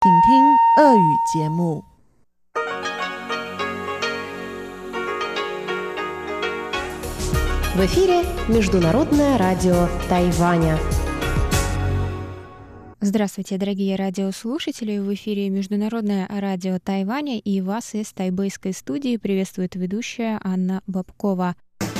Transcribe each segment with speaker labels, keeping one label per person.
Speaker 1: 请听俄语节目。
Speaker 2: В эфире Международное радио Тайваня.
Speaker 3: Здравствуйте, дорогие радиослушатели! В эфире Международное радио Тайваня, и вас из тайбэйской студии приветствует ведущая Анна Бабкова.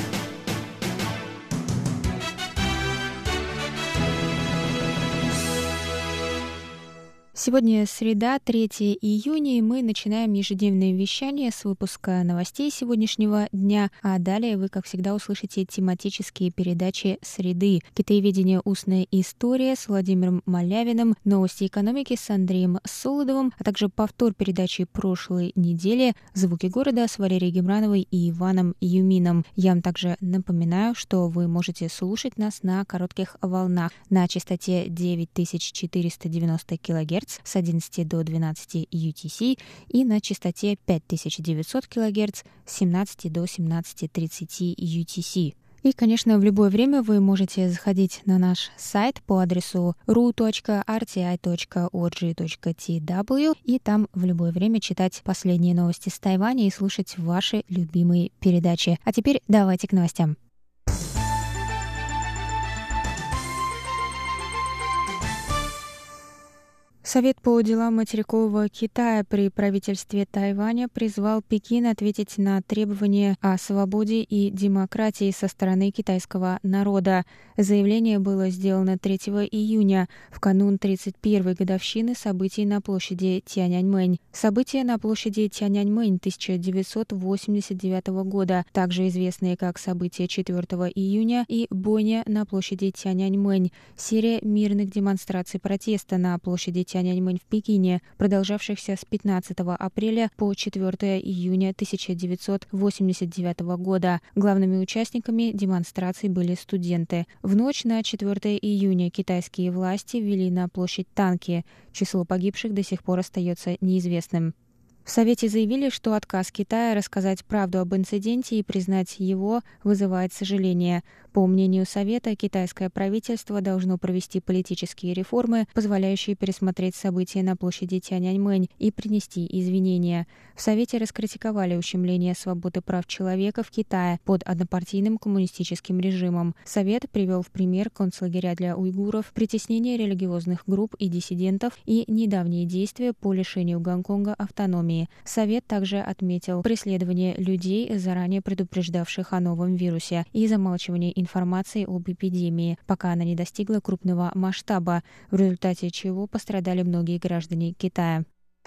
Speaker 3: Сегодня среда, 3 июня, и мы начинаем ежедневное вещание с выпуска новостей сегодняшнего дня, а далее вы, как всегда, услышите тематические передачи «Среды», «Китаеведение. Устная история» с Владимиром Малявиным, «Новости экономики» с Андреем Солодовым, а также повтор передачи прошлой недели «Звуки города» с Валерией Гемрановой и Иваном Юмином. Я вам также напоминаю, что вы можете слушать нас на коротких волнах на частоте 9490 кГц с 11 до 12 UTC и на частоте 5900 кГц с 17 до 17:30 UTC. И, конечно, в любое время вы можете заходить на наш сайт по адресу ru.rti.org.tw и там в любое время читать последние новости с Тайваня и слушать ваши любимые передачи. А теперь давайте к новостям. Совет по делам материкового Китая при правительстве Тайваня призвал Пекин ответить на требования о свободе и демократии со стороны китайского народа. Заявление было сделано 3 июня, в канун 31-й годовщины событий на площади Тяньаньмэнь. События на площади Тяньаньмэнь 1989 года, также известные как события 4 июня и бойня на площади Тяньаньмэнь, серия мирных демонстраций протеста на площади Тяньаньмэнь в Пекине, продолжавшихся с 15 апреля по 4 июня 1989 года. Главными участниками демонстраций были студенты. В ночь на 4 июня китайские власти ввели на площадь танки. Число погибших до сих пор остается неизвестным. В Совете заявили, что отказ Китая рассказать правду об инциденте и признать его вызывает сожаление. По мнению Совета, китайское правительство должно провести политические реформы, позволяющие пересмотреть события на площади Тяньаньмэнь и принести извинения. В Совете раскритиковали ущемление свободы прав человека в Китае под однопартийным коммунистическим режимом. Совет привел в пример концлагеря для уйгуров, притеснение религиозных групп и диссидентов и недавние действия по лишению Гонконга автономии. Совет также отметил преследование людей, заранее предупреждавших о новом вирусе, и замалчивание информации об эпидемии, пока она не достигла крупного масштаба, в результате чего пострадали многие граждане Китая.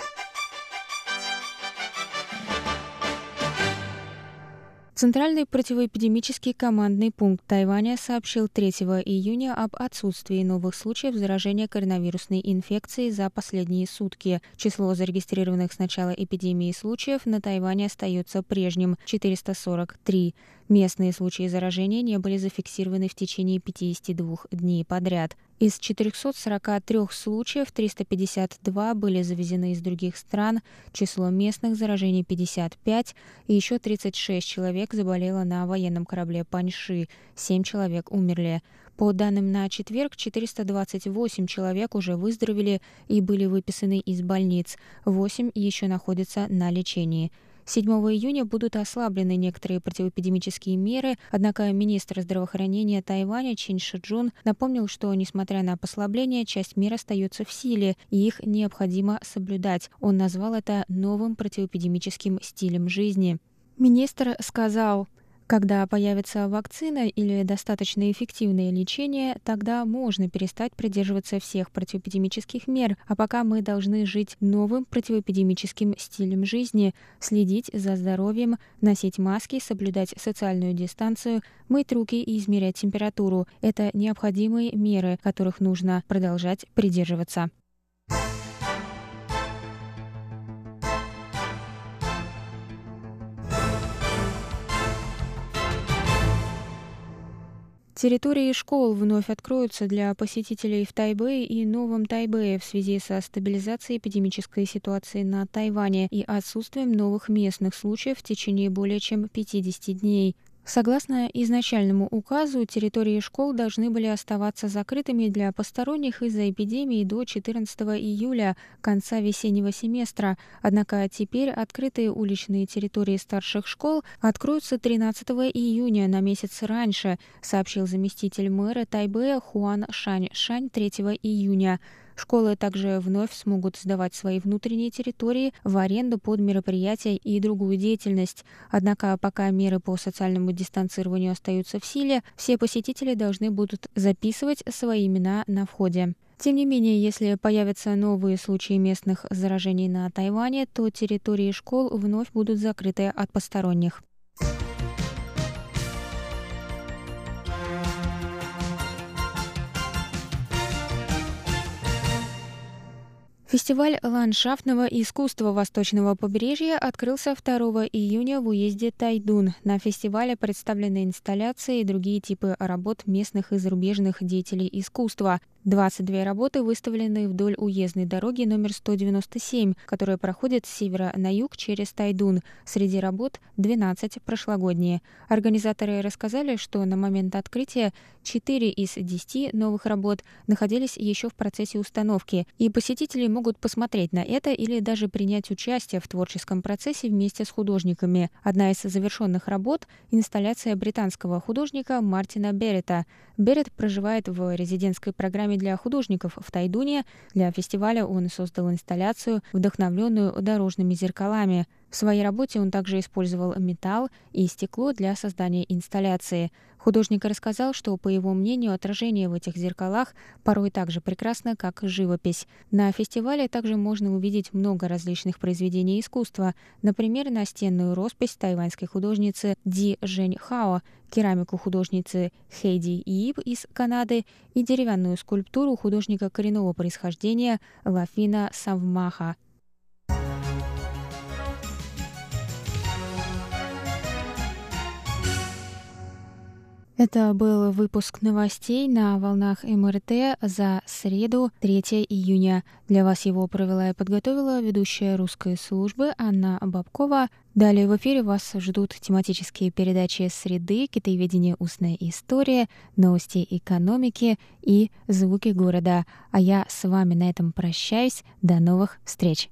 Speaker 3: Центральный противоэпидемический командный пункт Тайваня сообщил 3 июня об отсутствии новых случаев заражения коронавирусной инфекцией за последние сутки. Число зарегистрированных с начала эпидемии случаев на Тайване остается прежним – 443. Местные случаи заражения не были зафиксированы в течение 52 дней подряд. Из 443 случаев 352 были завезены из других стран, число местных заражений 55, и еще 36 человек заболело на военном корабле «Паньши», 7 человек умерли. По данным на четверг, 428 человек уже выздоровели и были выписаны из больниц, 8 еще находятся на лечении. 7 июня будут ослаблены некоторые противоэпидемические меры, однако министр здравоохранения Тайваня Чин Шиджун напомнил, что, несмотря на послабление, часть мер остается в силе, и их необходимо соблюдать. Он назвал это новым противоэпидемическим стилем жизни. Министр сказал: когда появится вакцина или достаточно эффективное лечение, тогда можно перестать придерживаться всех противоэпидемических мер, а пока мы должны жить новым противоэпидемическим стилем жизни, следить за здоровьем, носить маски, соблюдать социальную дистанцию, мыть руки и измерять температуру. Это необходимые меры, которых нужно продолжать придерживаться. Территории школ вновь откроются для посетителей в Тайбэе и Новом Тайбэе в связи со стабилизацией эпидемической ситуации на Тайване и отсутствием новых местных случаев в течение более чем 50 дней. Согласно изначальному указу, территории школ должны были оставаться закрытыми для посторонних из-за эпидемии до 14 июля, конца весеннего семестра. Однако теперь открытые уличные территории старших школ откроются 13 июня, на месяц раньше, сообщил заместитель мэра Тайбэя Хуан Шань 3 июня. Школы также вновь смогут сдавать свои внутренние территории в аренду под мероприятия и другую деятельность. Однако пока меры по социальному дистанцированию остаются в силе, все посетители должны будут записывать свои имена на входе. Тем не менее, если появятся новые случаи местных заражений на Тайване, то территории школ вновь будут закрыты от посторонних. Фестиваль ландшафтного искусства Восточного побережья открылся 2 июня в уезде Тайдун. На фестивале представлены инсталляции и другие типы работ местных и зарубежных деятелей искусства. 22 работы выставлены вдоль уездной дороги номер 197, которая проходит с севера на юг через Тайдун. Среди работ 12 прошлогодние. Организаторы рассказали, что на момент открытия 4 из 10 новых работ находились еще в процессе установки, и посетители могут посмотреть на это или даже принять участие в творческом процессе вместе с художниками. Одна из завершенных работ – инсталляция британского художника Мартина Беррета. Беррет проживает в резидентской программе для художников в Тайдуне. Для фестиваля он создал инсталляцию, вдохновленную дорожными зеркалами. В своей работе он также использовал металл и стекло для создания инсталляции. Художник рассказал, что, по его мнению, отражение в этих зеркалах порой так же прекрасно, как живопись. На фестивале также можно увидеть много различных произведений искусства, например, настенную роспись тайваньской художницы Ди Жэньхао, керамику художницы Хэйди Ииб из Канады и деревянную скульптуру художника коренного происхождения Лафина Савмаха. Это был выпуск новостей на волнах МРТ за среду, 3 июня. Для вас его провела и подготовила ведущая русской службы Анна Бабкова. Далее в эфире вас ждут тематические передачи «Среды», «Китаеведение. Устная история», «Новости экономики» и «Звуки города». А я с вами на этом прощаюсь. До новых встреч!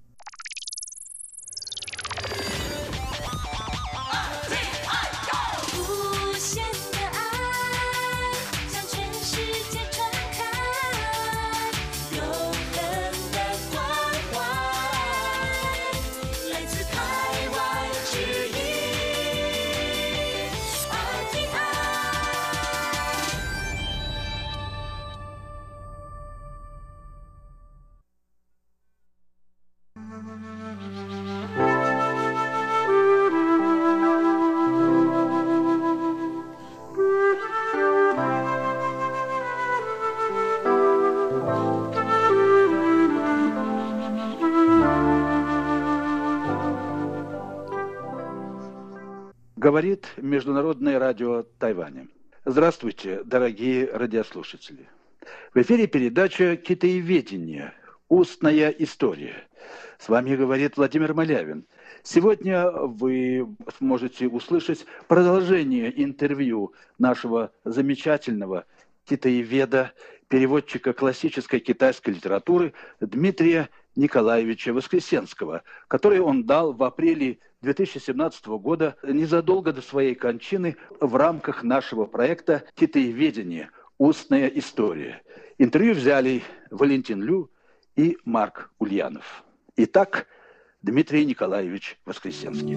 Speaker 4: Говорит Международное радио Тайваня. Здравствуйте, дорогие радиослушатели. В эфире передача «Китаеведение. Устная история». С вами говорит Владимир Малявин. Сегодня вы сможете услышать продолжение интервью нашего замечательного китаеведа, переводчика классической китайской литературы Дмитрия Николаевича Воскресенского, который он дал в апреле 2017 года, незадолго до своей кончины, в рамках нашего проекта «Китаеведение. Устная история». Интервью взяли Валентин Лю и Марк Ульянов. Итак, Дмитрий Николаевич Воскресенский.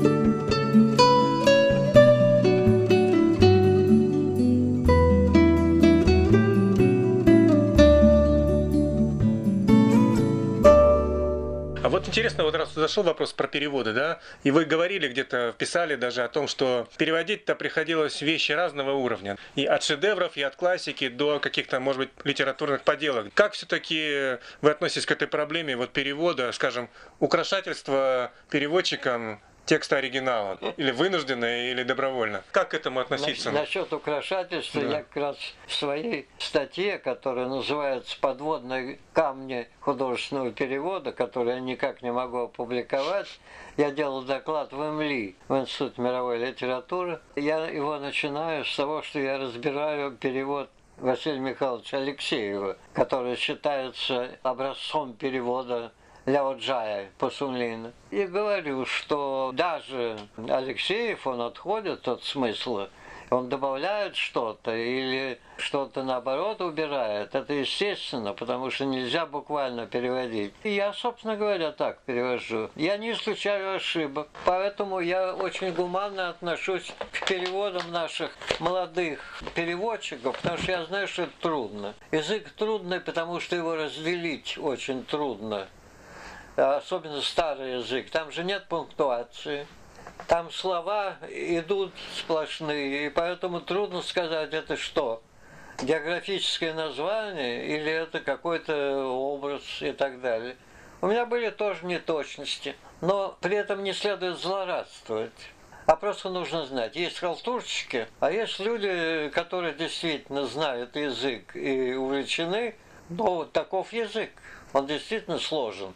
Speaker 5: А вот интересно, вот раз зашел вопрос про переводы, да, и вы говорили где-то, писали даже о том, что переводить-то приходилось вещи разного уровня. И от шедевров, и от классики до каких-то, может быть, литературных поделок. Как все-таки вы относитесь к этой проблеме вот перевода, скажем, украшательства переводчикам текста оригинала? Или вынужденно, или добровольно? Как к этому относиться?
Speaker 6: Насчет украшательства, да. Я как раз в своей статье, которая называется «Подводные камни художественного перевода», которую я никак не могу опубликовать, я делал доклад в МЛИ, в Институт мировой литературы. Я его начинаю с того, что я разбираю перевод Василия Михайловича Алексеева, который считается образцом перевода Ляо Джая по Сунлину. И говорю, что даже Алексеев, он отходит от смысла, он добавляет что-то или что-то наоборот убирает. Это естественно, потому что нельзя буквально переводить. И я, собственно говоря, так перевожу. Я не исключаю ошибок, поэтому я очень гуманно отношусь к переводам наших молодых переводчиков, потому что я знаю, что это трудно. Язык трудный, потому что его разделить очень трудно. Особенно старый язык. Там же нет пунктуации. Там слова идут сплошные, и поэтому трудно сказать, это что, географическое название или это какой-то образ и так далее. У меня были тоже неточности, но при этом не следует злорадствовать. А просто нужно знать, есть халтурщики, а есть люди, которые действительно знают язык и увлечены, но таков язык, он действительно сложен.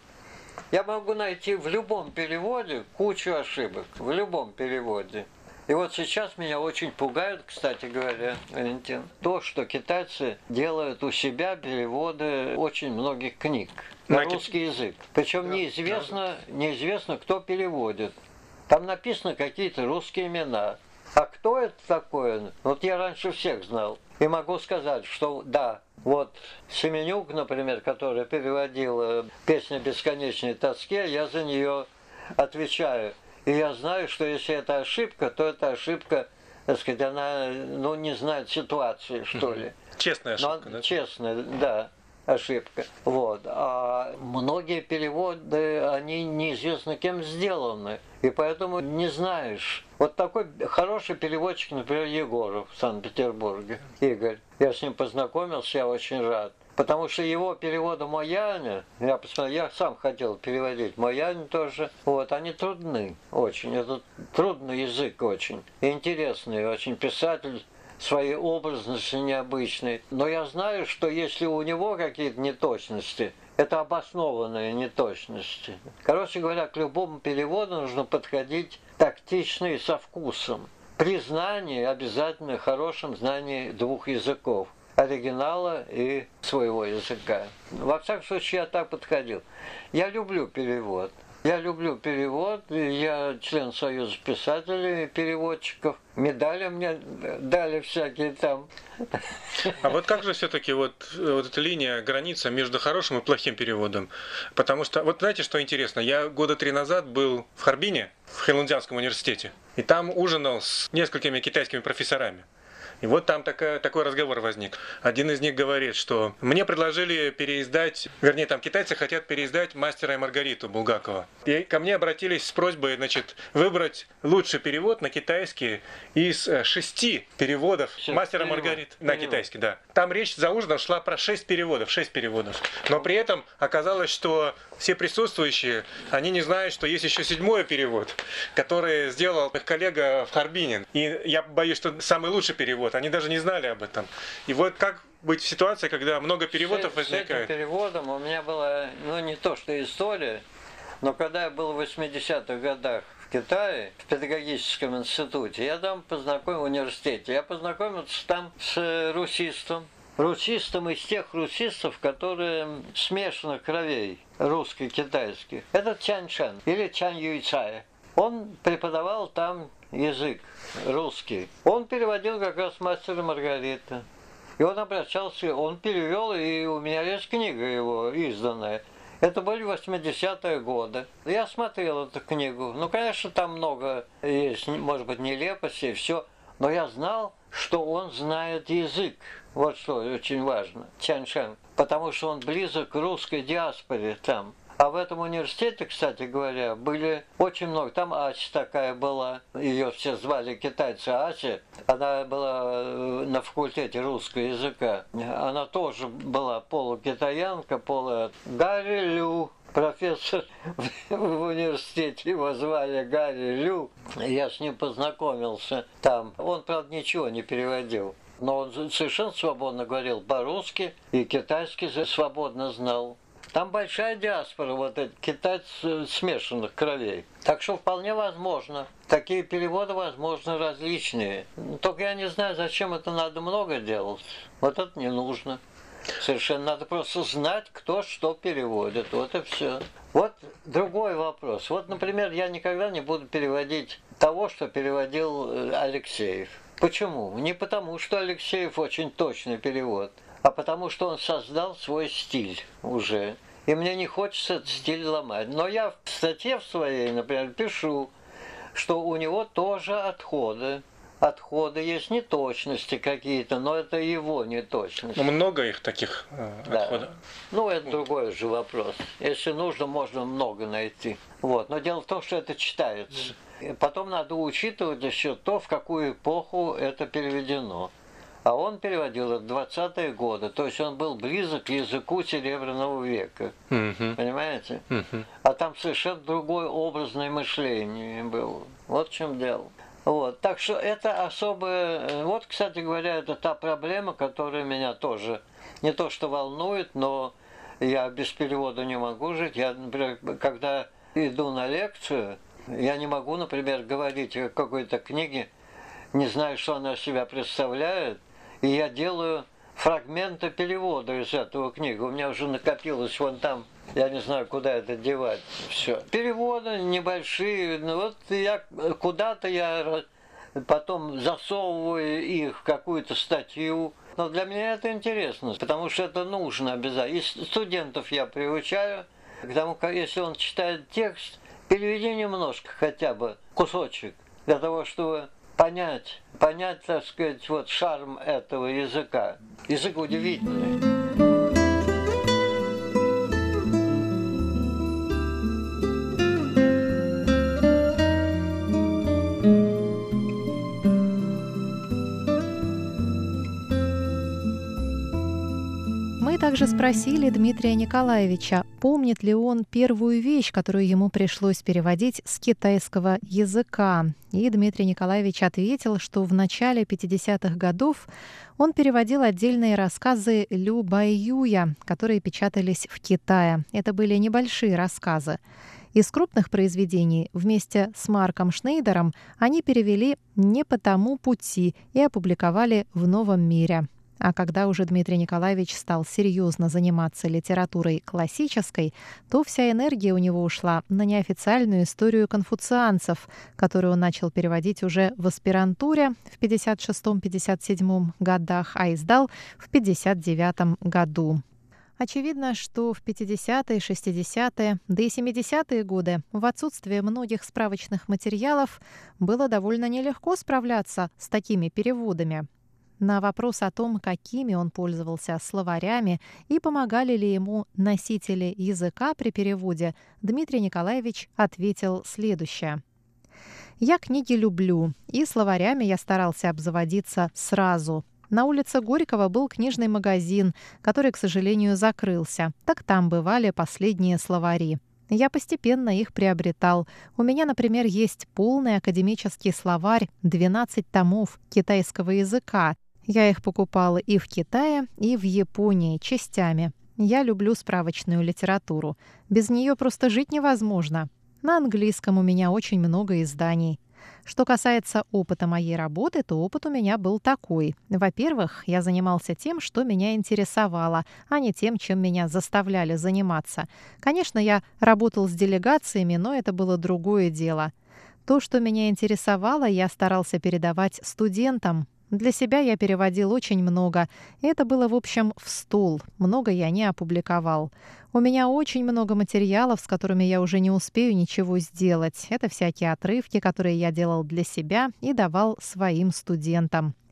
Speaker 6: Я могу найти в любом переводе кучу ошибок, в любом переводе. И вот сейчас меня очень пугает, кстати говоря, Валентин, то, что китайцы делают у себя переводы очень многих книг на русский язык. Причем неизвестно, кто переводит. Там написаны какие-то русские имена. А кто это такое? Вот я раньше всех знал. И могу сказать, что да, вот Семенюк, например, которая переводила «Песню о бесконечной тоске», я за нее отвечаю. И я знаю, что если это ошибка, то это ошибка, так сказать, она, не знает ситуации, что ли.
Speaker 5: Честная ошибка, да?
Speaker 6: Честная, да, ошибка. Вот. А многие переводы, они неизвестно кем сделаны. И поэтому не знаешь. Вот такой хороший переводчик, например, Егоров в Санкт-Петербурге, Игорь. Я с ним познакомился, я очень рад. Потому что его переводы Мояня, я посмотрел, я сам хотел переводить Моянь тоже, вот, они трудны очень. Это трудный язык очень. И интересный очень писатель. Своей образности необычной. Но я знаю, что если у него какие-то неточности, это обоснованные неточности. Короче говоря, к любому переводу нужно подходить тактично и со вкусом. При знании, обязательно хорошем знании двух языков. Оригинала и своего языка. Во всяком случае, я так подходил. Я люблю перевод. Я член Союза писателей и переводчиков. Медали мне дали всякие там.
Speaker 5: А вот как же все-таки вот эта линия, граница между хорошим и плохим переводом? Потому что, вот знаете, что интересно? Я года 3 назад был в Харбине, в Хэлунцзянском университете, и там ужинал с несколькими китайскими профессорами. И вот там такой разговор возник. Один из них говорит, что мне предложили переиздать, вернее, там китайцы хотят переиздать «Мастера и Маргариту» Булгакова. И ко мне обратились с просьбой, выбрать лучший перевод на китайский из 6 переводов «Мастера и Маргариты» на китайский, да. Там речь за ужином шла про 6 переводов. Но при этом оказалось, что все присутствующие, они не знают, что есть еще 7-й перевод, который сделал их коллега в Харбине. И я боюсь, что самый лучший перевод. Они даже не знали об этом. И вот как быть в ситуации, когда много переводов возникает?
Speaker 6: С этим переводом у меня была, не то что история, но когда я был в 80-х годах в Китае, в педагогическом институте, я там в университете, я познакомился там с русистом из тех русистов, которые смешанных кровей, русско-китайских. Это Чан Шэн или Чан Юйцай. Он преподавал там язык русский. Он переводил как раз «Мастера и Маргарита». И он обращался, он перевел, и у меня есть книга его изданная. Это были 80-е годы. Я смотрел эту книгу. Конечно, там много есть, может быть, нелепости и все. Но я знал, что он знает язык. Вот что очень важно. Чан Шэн. Потому что он близок к русской диаспоре там. А в этом университете, кстати говоря, были очень много. Там Ася такая была, ее все звали китайцы Ася. Она была на факультете русского языка. Она тоже была полукитаянка, Гарри Лю. Профессор в университете, его звали Гарри Лю. Я с ним познакомился там. Он, правда, ничего не переводил. Но он совершенно свободно говорил по-русски и китайский свободно знал. Там большая диаспора, вот этих китайцев смешанных кровей. Так что вполне возможно. Такие переводы, возможно, различные. Только я не знаю, зачем это надо много делать. Вот это не нужно. Совершенно надо просто знать, кто что переводит. Вот и все. Вот другой вопрос. Вот, например, я никогда не буду переводить того, что переводил Алексеев. Почему? Не потому, что Алексеев очень точный перевод, а потому, что он создал свой стиль уже. И мне не хочется этот стиль ломать. Но я в статье в своей, например, пишу, что у него тоже отходы. Отходы есть неточности какие-то, но это его неточности.
Speaker 5: Но много их таких отходов.
Speaker 6: Ну, это другой же вопрос. Если нужно, можно много найти. Вот. Но дело в том, что это читается. Потом надо учитывать еще то, в какую эпоху это переведено. А он переводил это в 20-е годы. То есть он был близок к языку Серебряного века. Понимаете? А там совершенно другое образное мышление было. Вот в чем дело. Вот. Так что это особое... Вот, кстати говоря, это та проблема, которая меня тоже не то что волнует, но я без перевода не могу жить. Я, например, когда иду на лекцию, я не могу, например, говорить о какой-то книге, не знаю, что она из себя представляет, и я делаю фрагменты перевода из этого книги. У меня уже накопилось вон там, я не знаю, куда это девать. Все. Переводы небольшие. Ну, вот куда-то я потом засовываю их в какую-то статью. Но для меня это интересно, потому что это нужно обязательно. И студентов я приучаю к тому, если он читает текст, переведи немножко хотя бы кусочек для того, чтобы понять, так сказать, вот шарм этого языка. Язык удивительный.
Speaker 3: Мы также спросили Дмитрия Николаевича, помнит ли он первую вещь, которую ему пришлось переводить с китайского языка. И Дмитрий Николаевич ответил, что в начале 50-х годов он переводил отдельные рассказы Лю Байюя, которые печатались в Китае. Это были небольшие рассказы. Из крупных произведений вместе с Марком Шнейдером они перевели «Не по тому пути» и опубликовали в «Новом мире». А когда уже Дмитрий Николаевич стал серьезно заниматься литературой классической, то вся энергия у него ушла на неофициальную историю конфуцианцев, которую он начал переводить уже в аспирантуре в 56-57 годах, а издал в 59 году. Очевидно, что в 50-е, 60-е, да и 70-е годы в отсутствие многих справочных материалов было довольно нелегко справляться с такими переводами. На вопрос о том, какими он пользовался словарями и помогали ли ему носители языка при переводе, Дмитрий Николаевич ответил следующее. «Я книги люблю, и словарями я старался обзаводиться сразу. На улице Горького был книжный магазин, который, к сожалению, закрылся. Так там бывали последние словари. Я постепенно их приобретал. У меня, например, есть полный академический словарь 12 томов китайского языка. Я их покупала и в Китае, и в Японии частями. Я люблю справочную литературу. Без нее просто жить невозможно. На английском у меня очень много изданий. Что касается опыта моей работы, то опыт у меня был такой. Во-первых, я занимался тем, что меня интересовало, а не тем, чем меня заставляли заниматься. Конечно, я работал с делегациями, но это было другое дело. То, что меня интересовало, я старался передавать студентам. Для себя я переводил очень много. Это было, в общем, в стол. Много я не опубликовал. У меня очень много материалов, с которыми я уже не успею ничего сделать. Это всякие отрывки, которые я делал для себя и давал своим студентам.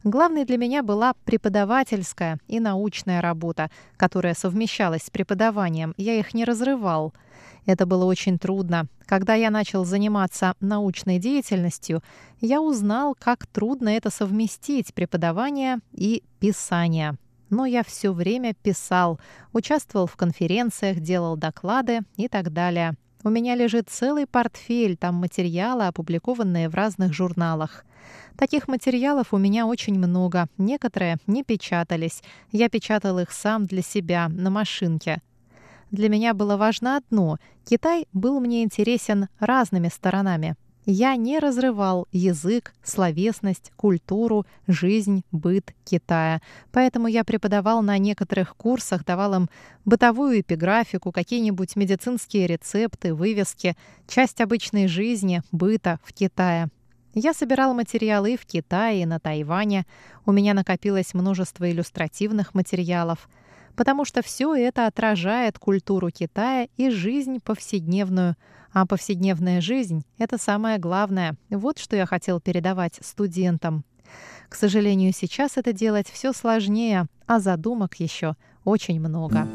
Speaker 7: Главной для меня была преподавательская и научная работа, которая совмещалась с преподаванием. Я их не разрывал. Это было очень трудно. Когда я начал заниматься научной деятельностью, я узнал, как трудно это совместить, преподавание и писание. Но я все время писал, участвовал в конференциях, делал доклады и так далее. У меня лежит целый портфель, там материалы, опубликованные в разных журналах. Таких материалов у меня очень много. Некоторые не печатались. Я печатал их сам для себя на машинке. Для меня было важно одно — Китай был мне интересен разными сторонами. Я не разрывал язык, словесность, культуру, жизнь, быт Китая. Поэтому я преподавал на некоторых курсах, давал им бытовую эпиграфику, какие-нибудь медицинские рецепты, вывески, часть обычной жизни, быта в Китае. Я собирал материалы и в Китае, и на Тайване. У меня накопилось множество иллюстративных материалов, потому что все это отражает культуру Китая и жизнь повседневную. А повседневная жизнь — это самое главное. Вот что я хотел передавать студентам. К сожалению, сейчас это делать все сложнее, а задумок еще очень много.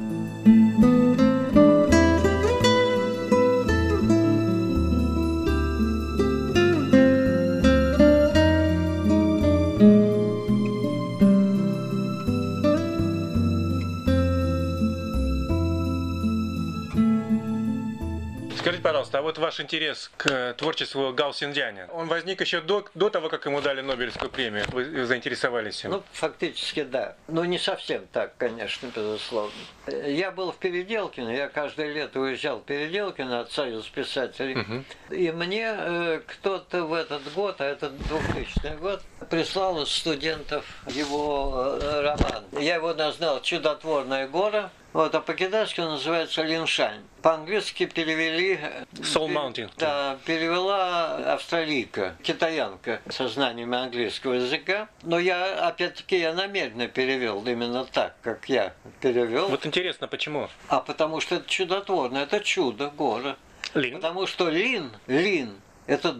Speaker 5: Скажите, пожалуйста, а вот ваш интерес к творчеству Гао Синьцзяня, он возник еще до того, как ему дали Нобелевскую премию? Вы заинтересовались им?
Speaker 6: Ну, фактически, да. Но не совсем так, конечно, безусловно. Я был в Переделкино, я каждое лето уезжал в Переделкино от Союза писателей. И мне кто-то в этот год, а это 2000 год, прислал из студентов его роман. Я его назвал «Чудотворная гора». Вот, а по-китайски он называется Линшань. По-английски перевели...
Speaker 5: Soul Mountain.
Speaker 6: Да, перевела австралийка, китаянка со знаниями английского языка. Но я, опять-таки, я намеренно перевел именно так, как я перевел.
Speaker 5: Вот интересно, почему?
Speaker 6: А потому что это чудотворно, это чудо, гора.
Speaker 5: Лин?
Speaker 6: Потому что лин, это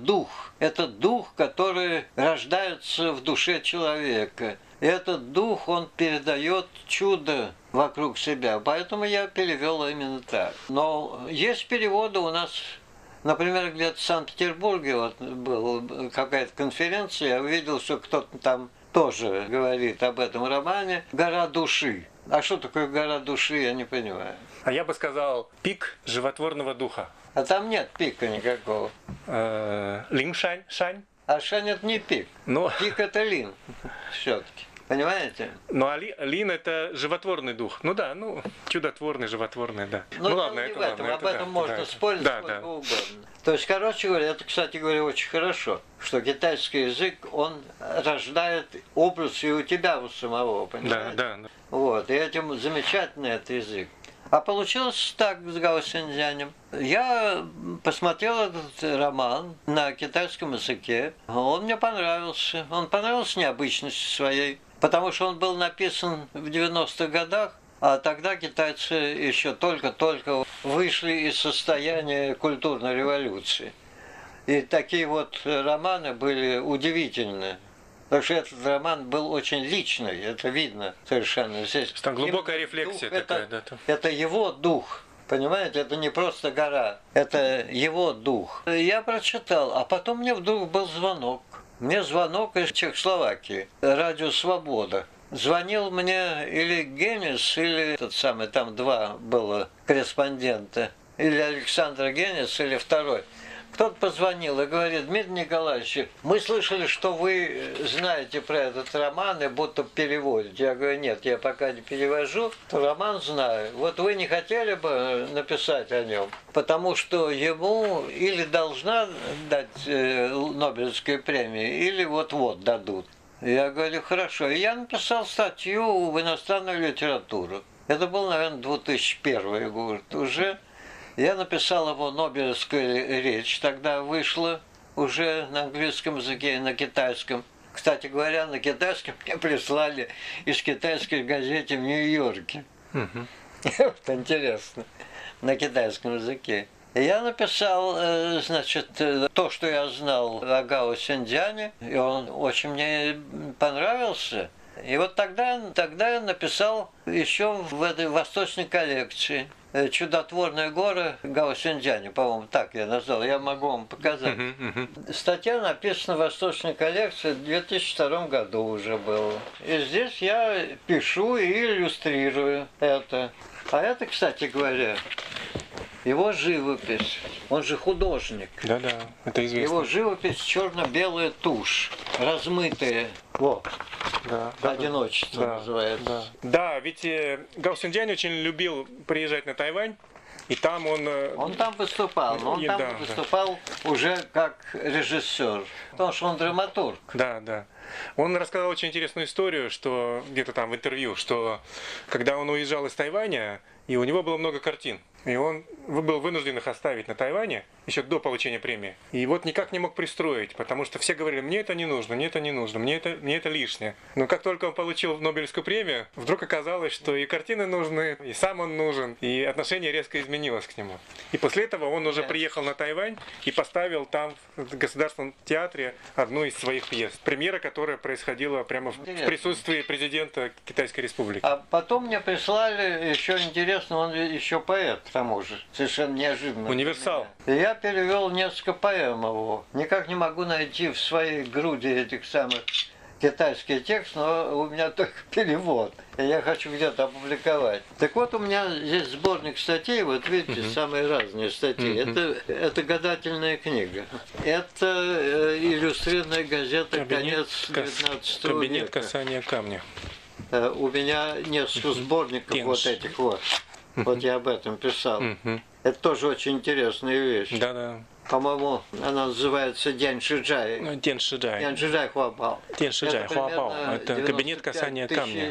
Speaker 6: дух, который рождается в душе человека. Этот дух, он передает чудо вокруг себя. Поэтому я перевел именно так. Но есть переводы у нас, например, где-то в Санкт-Петербурге вот была какая-то конференция, я увидел, что кто-то там тоже говорит об этом романе «Гора души». А что такое гора души, я не понимаю.
Speaker 5: А я бы сказал пик животворного духа.
Speaker 6: А там нет пика никакого.
Speaker 5: Линшань, шань.
Speaker 6: А шань это не пик.
Speaker 5: Но...
Speaker 6: Пик это лин все-таки. Понимаете?
Speaker 5: Ну, а лин это животворный дух. Ну да, чудотворный, животворный, да.
Speaker 6: Ну ладно, это ладно. Об этом можно спорить сколько угодно. То есть, короче говоря, это, кстати говоря, очень хорошо, что китайский язык, он рождает образ и у тебя у самого, понимаете?
Speaker 5: Да.
Speaker 6: Вот, и этим замечательный этот язык. А получилось так с Гао Синьцзянем. Я посмотрел этот роман на китайском языке. Он мне понравился. Он понравился необычностью своей. Потому что он был написан в 90-х годах, а тогда китайцы еще только-только вышли из состояния культурной революции. И такие вот романы были удивительны. Потому что этот роман был очень личный, это видно совершенно. Здесь
Speaker 5: там глубокая рефлексия такая.
Speaker 6: Это его дух. Понимаете, это не просто гора, это его дух. Я прочитал, а потом мне вдруг был звонок. Мне звонок из Чехословакии, радио «Свобода». Звонил мне или Генис, или тот самый, там два было корреспондента, или Александр Генис, или второй. Кто-то позвонил и говорит: Дмитрий Николаевич, мы слышали, что вы знаете про этот роман и будто переводите. Я говорю: нет, я пока не перевожу, роман знаю. Вот вы не хотели бы написать о нем? Потому что ему или должна дать Нобелевскую премию, или вот-вот дадут. Я говорю: хорошо. И я написал статью в иностранную литературу. Это был, наверное, 2001 год уже. Я написал его Нобелевскую речь, тогда вышла уже на английском языке и на китайском. Кстати говоря, на китайском мне прислали из китайской газеты в Нью-Йорке. Вот интересно, на китайском языке. Я написал, значит, то, что я знал о Гао Синьцзяне, и он очень мне понравился. И вот тогда я написал еще в этой восточной коллекции «Чудотворные горы Гао Синьцзяня», по-моему, так я назвал, я могу вам показать. Статья написана в восточной коллекции в 2002 году уже было. И здесь я пишу и иллюстрирую это. А это, кстати говоря, его живопись. Он же художник.
Speaker 5: Да, это известно.
Speaker 6: Его живопись черно-белая тушь, размытая. Вот. Одиночество называется.
Speaker 5: Да, ведь Гао Синьцзянь очень любил приезжать на Тайвань, и там он там выступал.
Speaker 6: Он там выступал уже как режиссер, потому что он драматург.
Speaker 5: Да. Он рассказал очень интересную историю, что где-то там в интервью, что когда он уезжал из Тайваня, и у него было много картин, и он был вынужден их оставить на Тайване еще до получения премии. И вот никак не мог пристроить, потому что все говорили: мне это не нужно, мне это лишнее. Но как только он получил Нобелевскую премию, вдруг оказалось, что и картины нужны, и сам он нужен, и отношение резко изменилось к нему. И после этого он уже приехал на Тайвань и поставил там в Государственном театре одну из своих пьес. Премьера, которая происходила прямо в присутствии президента Китайской Республики.
Speaker 6: А потом мне прислали еще интересно, он еще поэт, к тому же, совершенно неожиданно.
Speaker 5: Универсал.
Speaker 6: И я перевел несколько поэм его. Никак не могу найти в своей груди этих самых китайский текст, но у меня только перевод. И я хочу где-то опубликовать. Так вот, у меня здесь сборник статей, вот видите, самые разные статьи. Это гадательная книга. Это иллюстрированная газета «Конец 19 века».
Speaker 5: Кабинет касания камня.
Speaker 6: У меня несколько сборников вот этих вот. Вот я об этом писал. Это тоже очень интересная вещь.
Speaker 5: Да.
Speaker 6: По-моему, она называется «День Шиджай».
Speaker 5: День Шиджай.
Speaker 6: День Шиджай Хуабао.
Speaker 5: День Шиджай Хуабао. Это кабинет касания камня.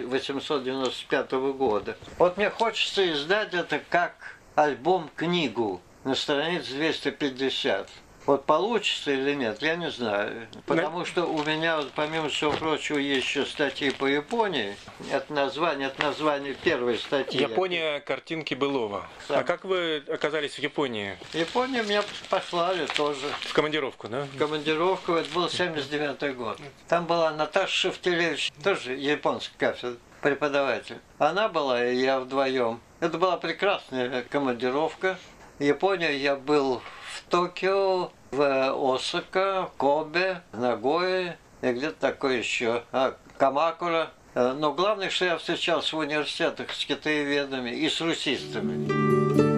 Speaker 6: 1895 года. Вот мне хочется издать это как альбом-книгу на странице 250. Вот получится или нет, я не знаю. Потому что у меня, помимо всего прочего, есть еще статьи по Японии. Это название первой статьи.
Speaker 5: Япония, картинки былого. А как вы оказались в Японии?
Speaker 6: В Японию меня послали тоже.
Speaker 5: В командировку, да?
Speaker 6: В командировку, это был 79-й год. Там была Наташа Шевтелевич, тоже японский кафедр, преподаватель. Она была, и я вдвоем. Это была прекрасная командировка. В Японии я был в Токио, в Осака, Кобе, Нагое и где-то такое еще, Камакура. Но главное, что я встречался в университетах с китаеведами и с русистами.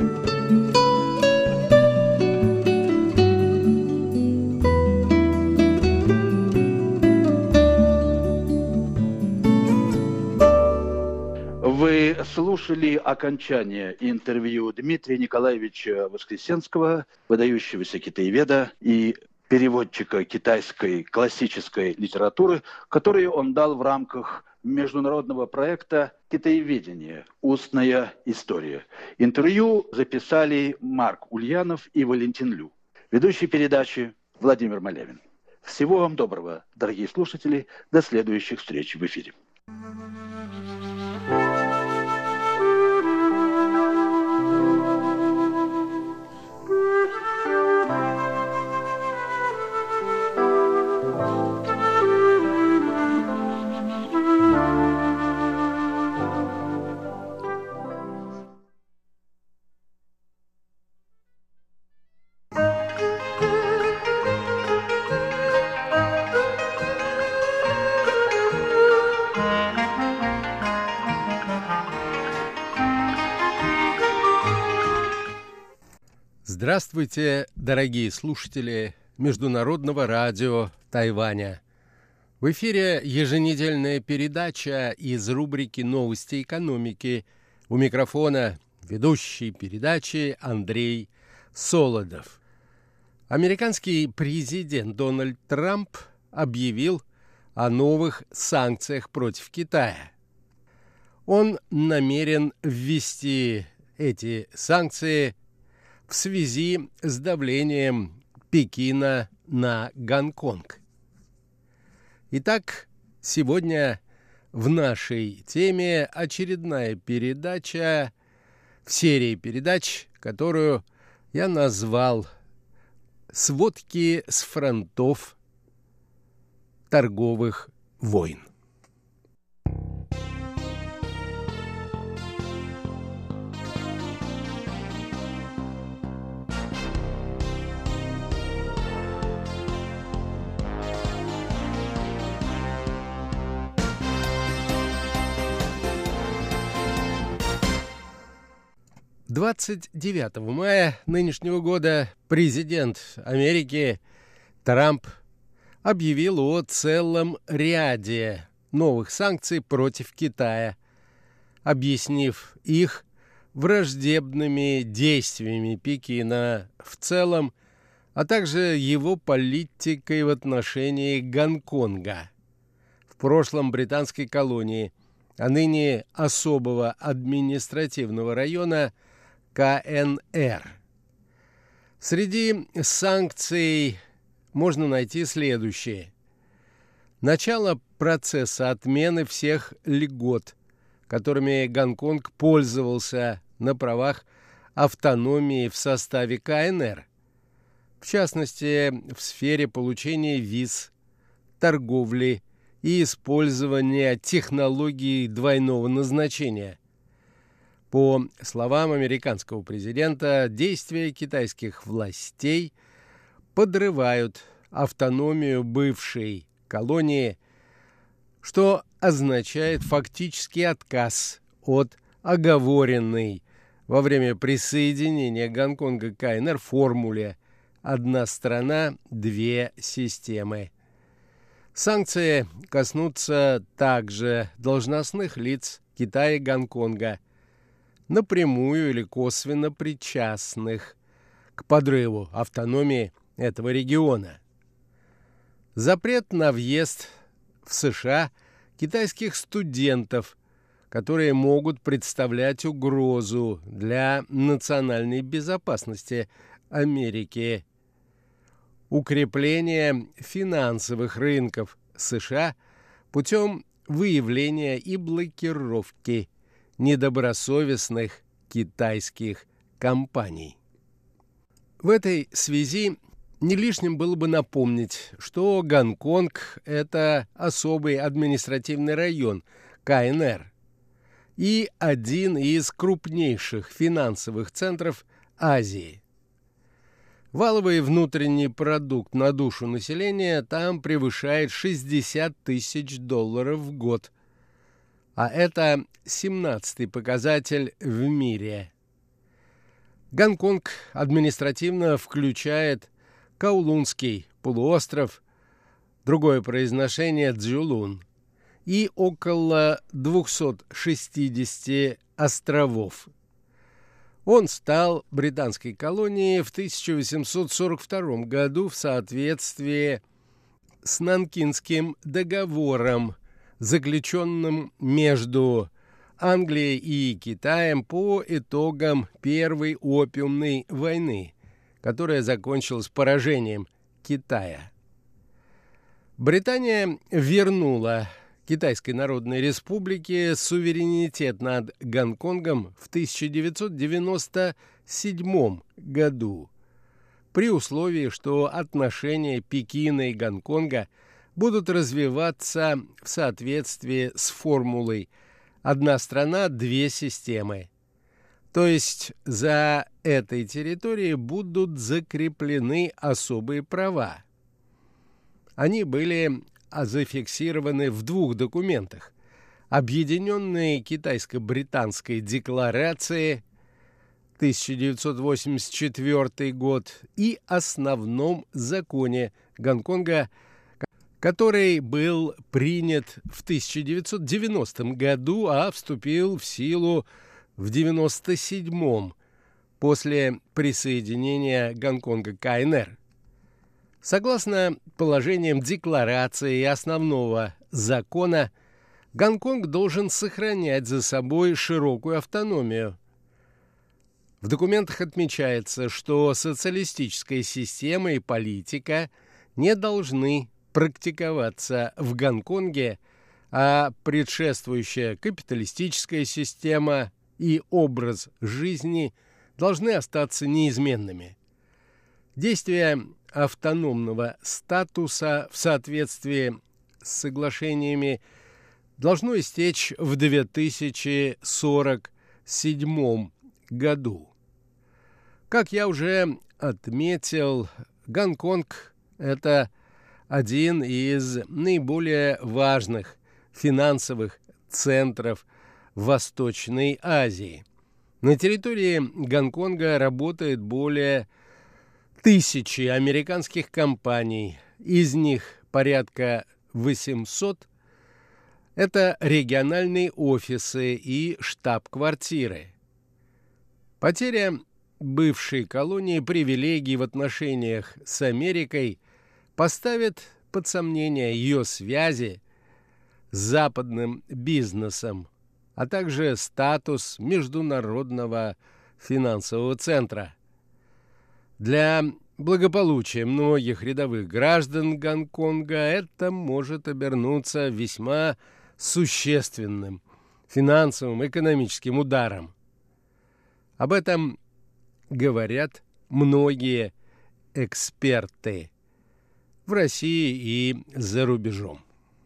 Speaker 4: Вы слушали окончание интервью Дмитрия Николаевича Воскресенского, выдающегося китаеведа и переводчика китайской классической литературы, которую он дал в рамках международного проекта «Китаеведение. Устная история». Интервью записали Марк Ульянов и Валентин Лю. Ведущий передачи Владимир Малявин. Всего вам доброго, дорогие слушатели. До следующих встреч в эфире.
Speaker 8: Здравствуйте, дорогие слушатели Международного радио Тайваня. В эфире еженедельная передача из рубрики «Новости экономики». У микрофона ведущий передачи Андрей Солодов. Американский президент Дональд Трамп объявил о новых санкциях против Китая. Он намерен ввести эти санкции в связи с давлением Пекина на Гонконг. Итак, сегодня в нашей теме очередная передача в серии передач, которую я назвал «Сводки с фронтов торговых войн». – 29 мая нынешнего года президент Америки Трамп объявил о целом ряде новых санкций против Китая, объяснив их враждебными действиями Пекина в целом, а также его политикой в отношении Гонконга, в прошлом британской колонии, а ныне особого административного района КНР. Среди санкций можно найти следующие. Начало процесса отмены всех льгот, которыми Гонконг пользовался на правах автономии в составе КНР, в частности, в сфере получения виз, торговли и использования технологий двойного назначения. По словам американского президента, действия китайских властей подрывают автономию бывшей колонии, что означает фактический отказ от оговоренной во время присоединения Гонконга к КНР формуле «одна страна, две системы». Санкции коснутся также должностных лиц Китая и Гонконга, напрямую или косвенно причастных к подрыву автономии этого региона. Запрет на въезд в США китайских студентов, которые могут представлять угрозу для национальной безопасности Америки. Укрепление финансовых рынков США путем выявления и блокировки недобросовестных китайских компаний. В этой связи не лишним было бы напомнить, что Гонконг – это особый административный район КНР и один из крупнейших финансовых центров Азии. Валовый внутренний продукт на душу населения там превышает $60 тысяч в год, а это 17-й показатель в мире. Гонконг административно включает Каолунский полуостров, другое произношение Цзюлун, и около 260 островов. Он стал британской колонией в 1842 году в соответствии с Нанкинским договором, заключенным между Англией и Китаем по итогам Первой опиумной войны, которая закончилась поражением Китая. Британия вернула Китайской Народной Республике суверенитет над Гонконгом в 1997 году, при условии, что отношения Пекина и Гонконга будут развиваться в соответствии с формулой «одна страна, две системы». То есть за этой территорией будут закреплены особые права. Они были зафиксированы в двух документах: Объединенной китайско-британской декларации 1984 год и Основном законе Гонконга, который был принят в 1990 году, а вступил в силу в 1997 после присоединения Гонконга к КНР. Согласно положениям Декларации и Основного закона, Гонконг должен сохранять за собой широкую автономию. В документах отмечается, что социалистическая система и политика не должны практиковаться в Гонконге, а предшествующая капиталистическая система и образ жизни должны остаться неизменными. Действие автономного статуса в соответствии с соглашениями должно истечь в 2047 году. Как я уже отметил, Гонконг – это один из наиболее важных финансовых центров Восточной Азии. На территории Гонконга работает более 1000 американских компаний, из них порядка 800 – это региональные офисы и штаб-квартиры. Потеря бывшей колонии привилегий в отношениях с Америкой поставит под сомнение ее связи с западным бизнесом, а также статус международного финансового центра. Для благополучия многих рядовых граждан Гонконга это может обернуться весьма существенным финансовым экономическим ударом. Об этом говорят многие эксперты в России и за рубежом.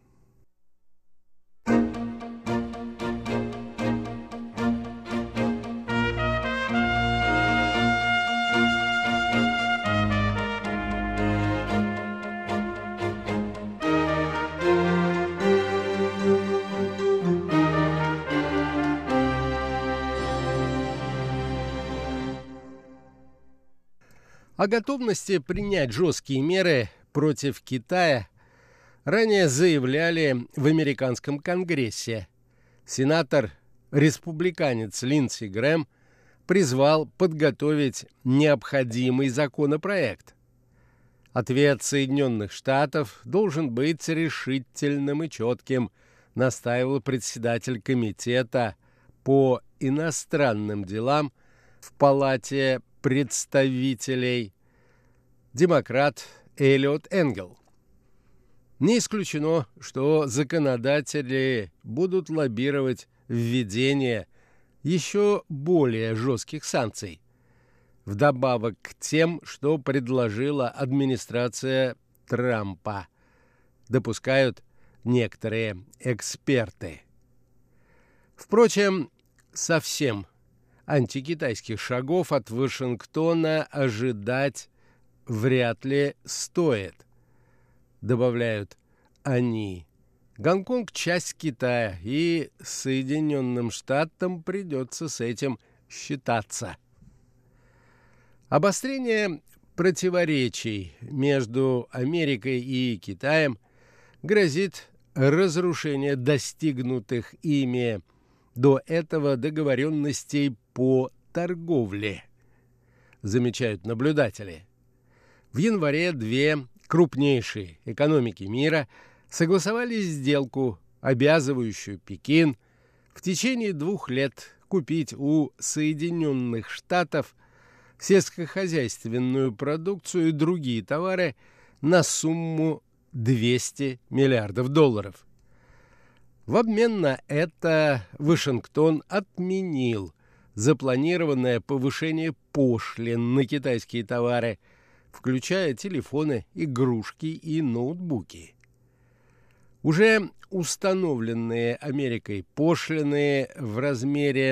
Speaker 8: О готовности принять жесткие меры против Китая ранее заявляли в американском Конгрессе. Сенатор-республиканец Линдси Грэм призвал подготовить необходимый законопроект. Ответ Соединенных Штатов должен быть решительным и четким, настаивал председатель комитета по иностранным делам в Палате представителей демократ Элиот Энгел. Не исключено, что законодатели будут лоббировать введение еще более жестких санкций, вдобавок к тем, что предложила администрация Трампа, допускают некоторые эксперты. Впрочем, совсем антикитайских шагов от Вашингтона ожидать вряд ли стоит, добавляют они. Гонконг – часть Китая, и Соединенным Штатам придется с этим считаться. Обострение противоречий между Америкой и Китаем грозит разрушение достигнутых ими до этого договоренностей по торговле, замечают наблюдатели. В январе две крупнейшие экономики мира согласовали сделку, обязывающую Пекин в течение 2 лет купить у Соединенных Штатов сельскохозяйственную продукцию и другие товары на сумму $200 миллиардов. В обмен на это Вашингтон отменил запланированное повышение пошлин на китайские товары, включая телефоны, игрушки и ноутбуки. Уже установленные Америкой пошлины в размере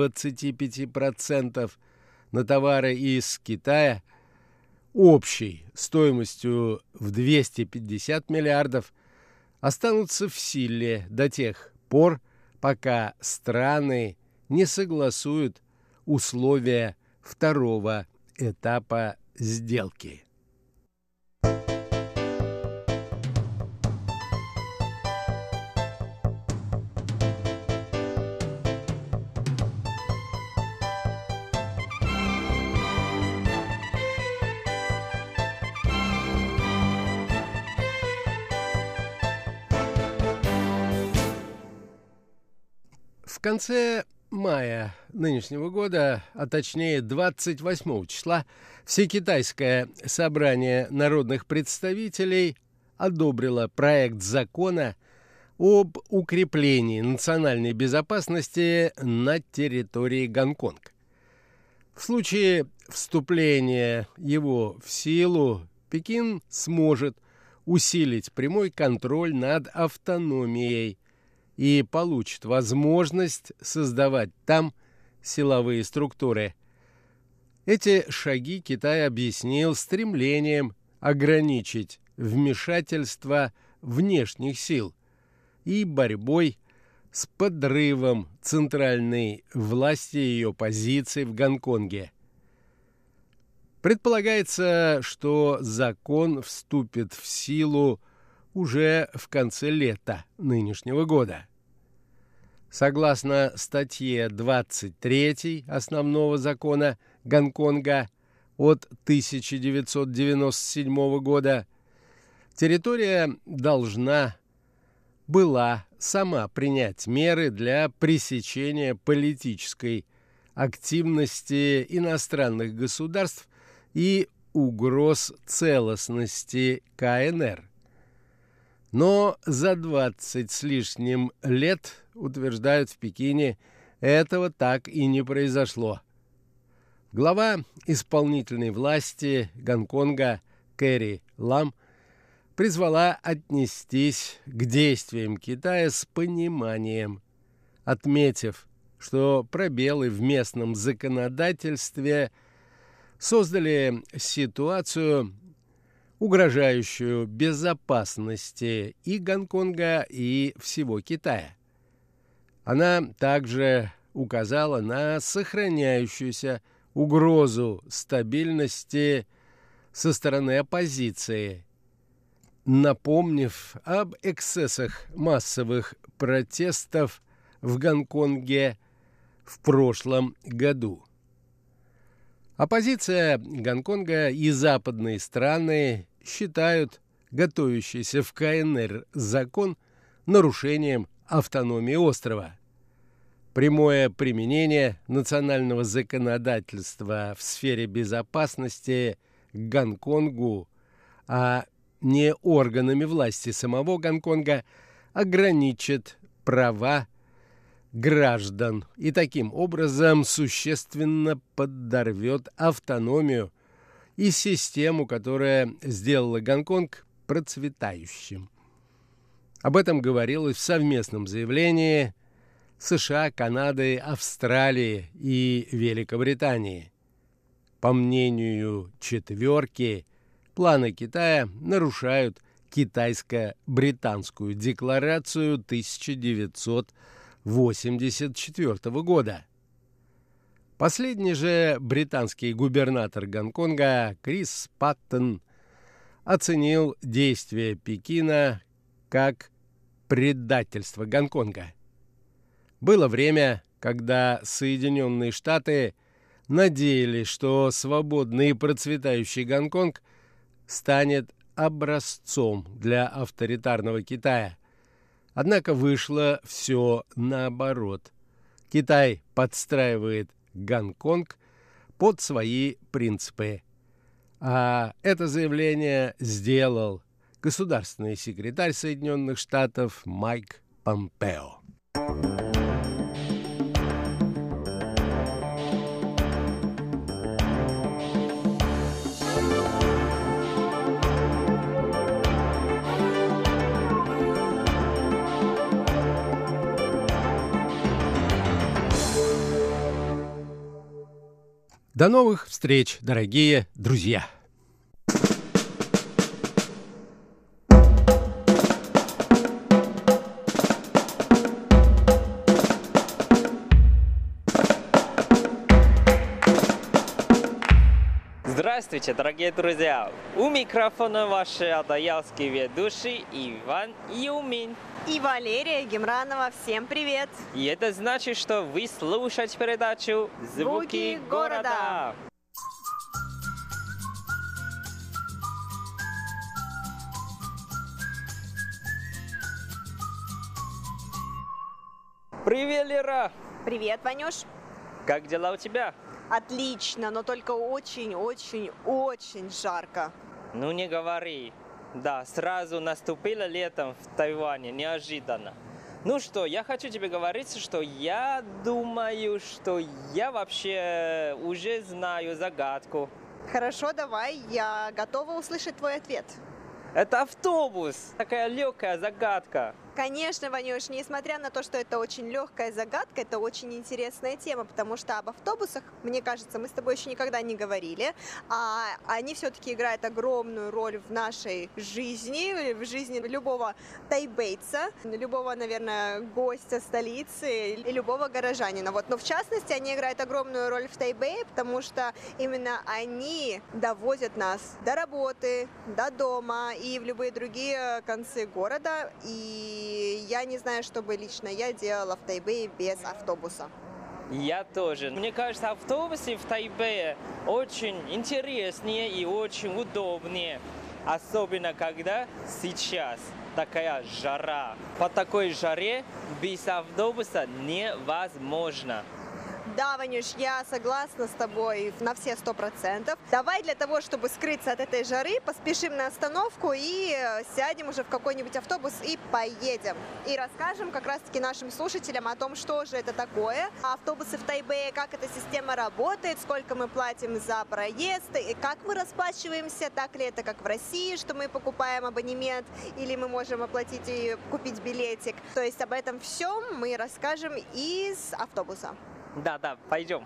Speaker 8: 25% на товары из Китая общей стоимостью в 250 миллиардов останутся в силе до тех пор, пока страны не согласуют условия второго этапа сделки. В конце мая нынешнего года, а точнее 28 числа, Всекитайское собрание народных представителей одобрило проект закона об укреплении национальной безопасности на территории Гонконга. В случае вступления его в силу Пекин сможет усилить прямой контроль над автономией и получит возможность создавать там силовые структуры. Эти шаги Китай объяснил стремлением ограничить вмешательство внешних сил и борьбой с подрывом центральной власти и ее позиций в Гонконге. Предполагается, что закон вступит в силу уже в конце лета нынешнего года. Согласно статье 23 основного закона Гонконга от 1997 года, территория должна была сама принять меры для пресечения политической активности иностранных государств и угроз целостности КНР. Но за 20 с лишним лет, утверждают в Пекине, этого так и не произошло. Глава исполнительной власти Гонконга Кэрри Лам призвала отнестись к действиям Китая с пониманием, отметив, что пробелы в местном законодательстве создали ситуацию, угрожающую безопасности и Гонконга, и всего Китая. Она также указала на сохраняющуюся угрозу стабильности со стороны оппозиции, напомнив об эксцессах массовых протестов в Гонконге в прошлом году. Оппозиция Гонконга и западные страны считают готовящийся в КНР закон нарушением автономии острова. Прямое применение национального законодательства в сфере безопасности к Гонконгу, а не органами власти самого Гонконга, ограничит права граждан и таким образом существенно подорвет автономию и систему, которая сделала Гонконг процветающим. Об этом говорилось в совместном заявлении США, Канады, Австралии и Великобритании. По мнению четверки, планы Китая нарушают Китайско-британскую декларацию 1984 года. Последний же британский губернатор Гонконга Крис Паттон оценил действия Пекина как предательство Гонконга. Было время, когда Соединенные Штаты надеялись, что свободный и процветающий Гонконг станет образцом для авторитарного Китая. Однако вышло все наоборот. Китай подстраивает Гонконг под свои принципы. А это заявление сделал государственный секретарь Соединенных Штатов Майк Помпео. До новых встреч, дорогие друзья!
Speaker 9: Здравствуйте, дорогие друзья! У микрофона ваши адаялские ведущие Иван Юмин
Speaker 10: и Валерия Гемранова. Всем привет!
Speaker 9: И это значит, что вы слушаете передачу «Звуки города». Привет, Лера!
Speaker 10: Привет, Ванюш!
Speaker 9: Как дела у тебя?
Speaker 10: Отлично, но только очень жарко.
Speaker 9: Ну не говори. Да, сразу наступило летом в Тайване, неожиданно. Ну что, я хочу тебе говорить, что я думаю, что я вообще уже знаю загадку.
Speaker 10: Хорошо, давай, я готова услышать твой ответ.
Speaker 9: Это автобус. Такая легкая загадка.
Speaker 10: Конечно, Ванюш, несмотря на то, что это очень легкая загадка, это очень интересная тема, потому что об автобусах, мне кажется, мы с тобой еще никогда не говорили, а они все-таки играют огромную роль в нашей жизни, в жизни любого тайбэйца, любого, наверное, гостя столицы и любого горожанина. Вот. Но в частности, они играют огромную роль в Тайбэе, потому что именно они довозят нас до работы, до дома и в любые другие концы города. И я не знаю, что бы лично я делала в Тайбэе без автобуса.
Speaker 9: Я тоже. Мне кажется, автобусы в Тайбэе очень интереснее и очень удобнее. Особенно, когда сейчас такая жара. По такой жаре без автобуса невозможно.
Speaker 10: Да, Ванюш, я согласна с тобой на все 100%. Давай для того, чтобы скрыться от этой жары, поспешим на остановку и сядем уже в какой-нибудь автобус и поедем. И расскажем как раз-таки нашим слушателям о том, что же это такое. Автобусы в Тайбэе, как эта система работает, сколько мы платим за проезд, и как мы расплачиваемся, так ли это как в России, что мы покупаем абонемент, или мы можем оплатить и купить билетик. То есть об этом всем мы расскажем из автобуса.
Speaker 9: Да, пойдем.